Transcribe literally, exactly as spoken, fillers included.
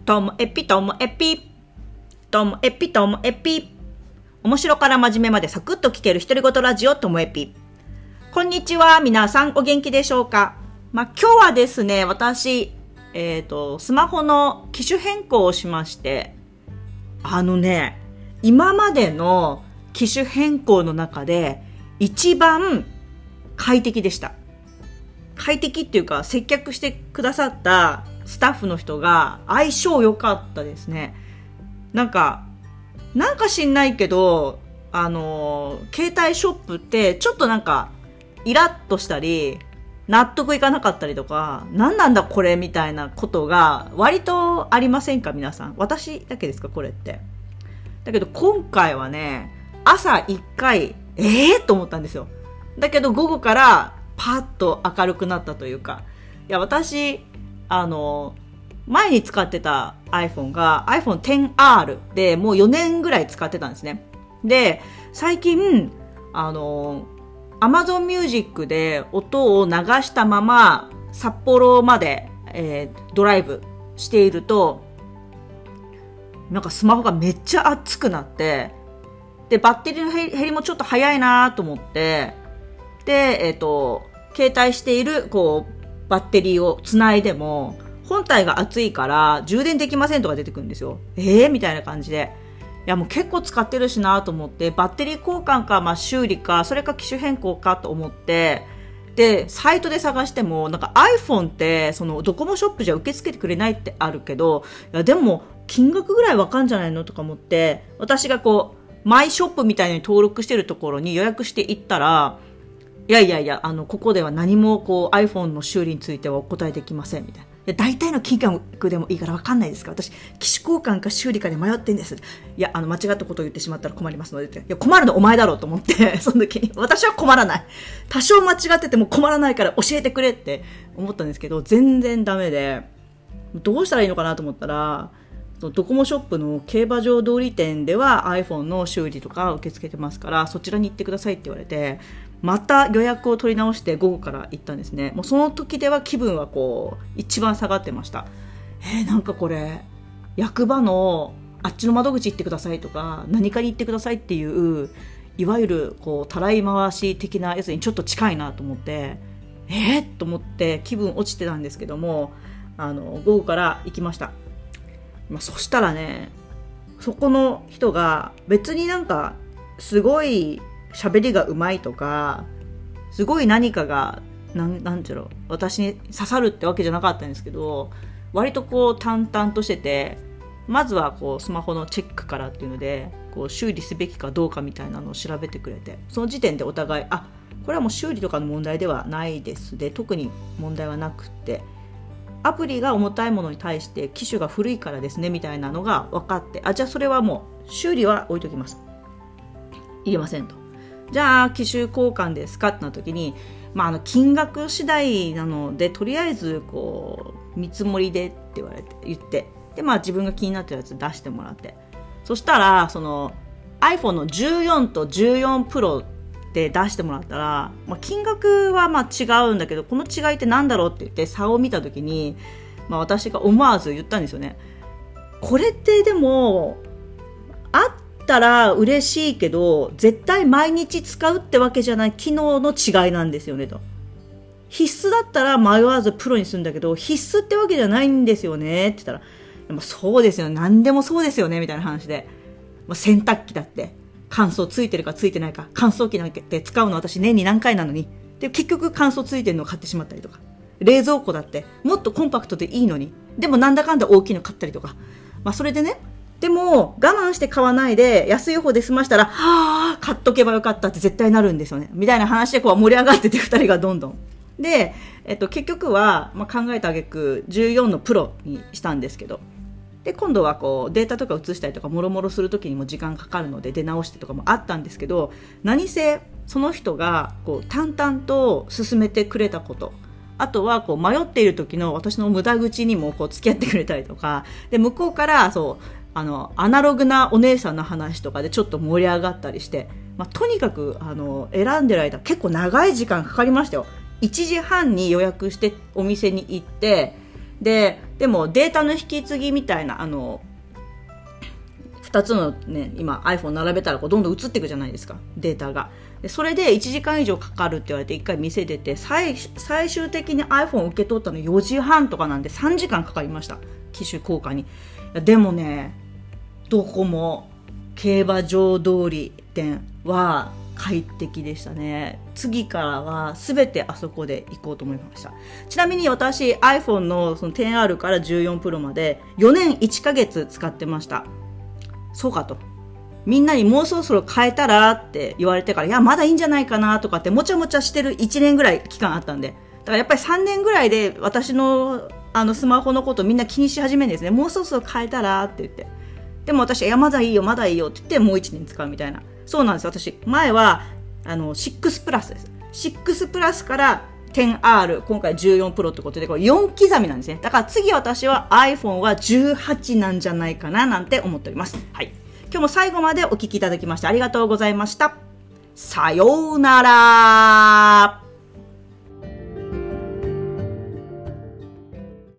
ともえぴともえぴともえぴともえぴ面白から真面目までサクッと聞ける独り言ラジオともえぴ。こんにちは、皆さんお元気でしょうか。まあ、今日はですね、私、えっと、スマホの機種変更をしまして、あのね、今までの機種変更の中で一番快適でした。快適っていうか、接客してくださったスタッフの人が相性良かったですね。なんか、なんか知んないけど、あの、携帯ショップってちょっとなんか、イラッとしたり、納得いかなかったりとか、何なんだこれみたいなことが割とありませんか皆さん。私だけですかこれって。だけど今回はね、朝一回、えーと思ったんですよ。だけど午後からパッと明るくなったというか、いや私、あの、前に使ってた iPhone が アイフォンテンアール でもうよねんぐらい使ってたんですね。で、最近、あの、Amazon Music で音を流したまま札幌まで、えー、ドライブしていると、なんかスマホがめっちゃ熱くなって、で、バッテリーの減りもちょっと早いなと思って、で、えっと、携帯している、こう、バッテリーをつないでも、本体が熱いから充電できませんとか出てくるんですよ。えーみたいな感じで。いやもう結構使ってるしなと思って、バッテリー交換か、まあ修理か、それか機種変更かと思って、で、サイトで探しても、なんか iPhone って、そのドコモショップじゃ受け付けてくれないってあるけど、いやでも金額ぐらいわかんじゃないのとか思って、私がこう、マイショップみたいに登録してるところに予約していったら、いやいやいや、あの、ここでは何もこう iPhone の修理についてはお答えできませんみたいな。大体の金額でもいいから分かんないですか私、機種交換か修理かで迷ってんです。いや、あの、間違ったことを言ってしまったら困りますのでって。いや、困るのお前だろうと思って、その時に。私は困らない。多少間違ってても困らないから教えてくれって思ったんですけど、全然ダメで、どうしたらいいのかなと思ったら、ドコモショップの競馬場通り店では iPhone の修理とか受け付けてますから、そちらに行ってくださいって言われて、また予約を取り直して午後から行ったんですね。もうその時では気分はこう一番下がってました。えー、なんかこれ役場のあっちの窓口行ってくださいとか何かに行ってくださいっていういわゆるこうたらい回し的なやつにちょっと近いなと思って、えー、と思って気分落ちてたんですけども、あの午後から行きました。まあ、そしたらね、そこの人が別になんかすごい喋りがうまいとか、すごい何かが、なん、なんていうの、私に刺さるってわけじゃなかったんですけど、割とこう淡々としてて、まずはこうスマホのチェックからっていうので、こう修理すべきかどうかみたいなのを調べてくれて、その時点でお互い、あ、これはもう修理とかの問題ではないですで、特に問題はなくって、アプリが重たいものに対して機種が古いからですねみたいなのが分かって、あ、じゃあそれはもう修理は置いときます。いりませんと。じゃあ機種交換ですかってなった時に、まあ、あの金額次第なのでとりあえずこう見積もりでって言われて言って、でまあ自分が気になってるやつ出してもらって、そしたらその iPhone のじゅうよんとじゅうよん Pro で出してもらったら、まあ、金額はまあ違うんだけどこの違いってなんだろうって言って差を見た時に、まあ、私が思わず言ったんですよね。これってでもあったら嬉しいけど絶対毎日使うってわけじゃない機能の違いなんですよねと。必須だったら迷わずプロにするんだけど必須ってわけじゃないんですよねって言ったら、でもそうですよ、何でもそうですよねみたいな話で、まあ、洗濯機だって乾燥ついてるかついてないか、乾燥機なんて使うの私年に何回なのに、で結局乾燥ついてるのを買ってしまったりとか、冷蔵庫だってもっとコンパクトでいいのにでもなんだかんだ大きいの買ったりとか、まあそれでね、でも我慢して買わないで安い方で済ましたら、はぁ買っとけばよかったって絶対なるんですよねみたいな話でこう盛り上がっててふたりがどんどんで、えっと、結局は、まあ、考えた挙句じゅうよんのプロにしたんですけど、で今度はこうデータとか移したりとかもろもろするときにも時間かかるので出直してとかもあったんですけど、何せその人がこう淡々と進めてくれたこと、あとはこう迷っている時の私の無駄口にもこう付き合ってくれたりとかで、向こうからそうあのアナログなお姉さんの話とかでちょっと盛り上がったりして、まあ、とにかくあの選んでる間結構長い時間かかりましたよ。いちじはんに予約してお店に行って、 で、でもデータの引き継ぎみたいな、あの、ふたつのね、今 iPhone 並べたらこうどんどん移っていくじゃないですか、データが。でそれでいちじかん以上かかるって言われていっかい店出て、最最終的に iPhone を受け取ったのよじはんとかなんでさんじかんかかりました、機種交換に。でもね、どこも競馬場通り店は快適でしたね。次からは全てあそこで行こうと思いました。ちなみに私 iPhone の, その テンアール から じゅうよんプロまでよねんいっかげつ使ってました。そうかと、みんなにもうそろそろ変えたらって言われてから、いやまだいいんじゃないかなとかってもちゃもちゃしてるいちねんぐらい期間あったんで、だからやっぱりさんねんぐらいで私のあのスマホのことをみんな気にし始めるんですね。もうそろそろ変えたらって言って、でも私、いやまだいいよまだいいよって言ってもういちねん使うみたいな。そうなんです。私前はあのろくプラスです。ろくプラスから テンアール、 今回じゅうよんプロってことでこれよん刻みなんですね。だから次私は iPhone はじゅうはちなんじゃないかななんて思っております。はい、今日も最後までお聞きいただきましてありがとうございました。さようなら。